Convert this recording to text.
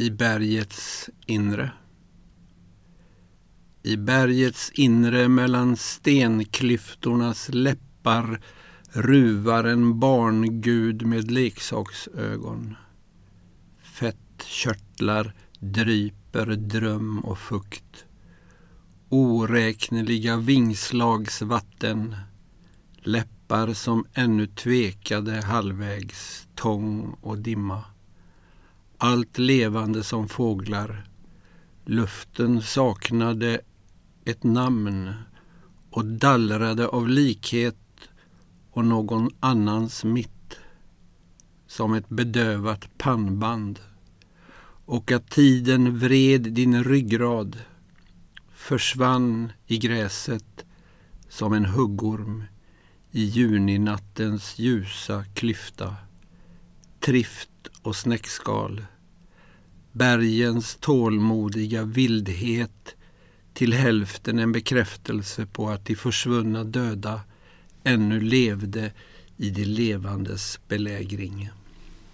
I bergets inre. I bergets inre mellan stenklyftornas läppar ruvar en barngud med leksaksögon. Fettkörtlar dryper dröm och fukt. Oräkneliga vingslagsvatten, läppar som ännu tvekade halvvägs, tång och dimma. Allt levande som fåglar. Luften saknade ett namn och dallrade av likhet och någon annans mitt, som ett bedövat pannband, och att tiden vred din ryggrad, försvann i gräset som en huggorm i juninattens ljusa klyfta, trift och snäckskal, bergens tålmodiga vildhet, till hälften en bekräftelse på att de försvunna döda ännu levde i de levandes belägring.